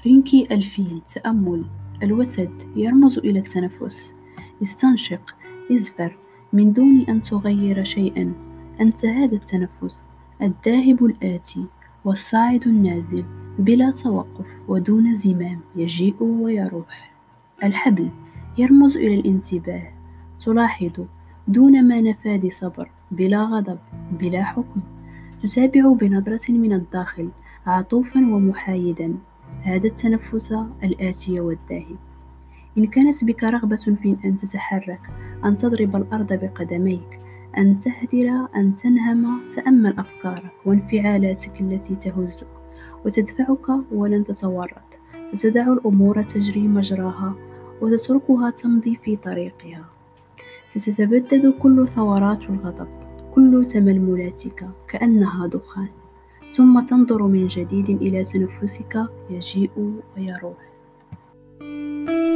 رينكي الفيل تأمل. الوتد يرمز إلى التنفس. استنشق، ازفر من دون أن تغير شيئا. أنت هذا التنفس الذاهب الآتي والصاعد النازل بلا توقف ودون زمام يجيء ويروح. الحبل يرمز إلى الانتباه. تلاحظ دون ما نفاذ صبر بلا غضب بلا حكم. تتابع بنظرة من الداخل عطوفا ومحايدا. هذا التنفس الآتي والذاهب. إن كانت بك رغبة في أن تتحرك، أن تضرب الأرض بقدميك، أن تهدر، أن تنهم، تأمل أفكارك وانفعالاتك التي تهزك وتدفعك ولن تتورط. ستدع الأمور تجري مجراها وتتركها تمضي في طريقها. ستتبدد كل ثورات الغضب، كل تململاتك كأنها دخان، ثم تنظر من جديد إلى تنفسك يجيء ويروح.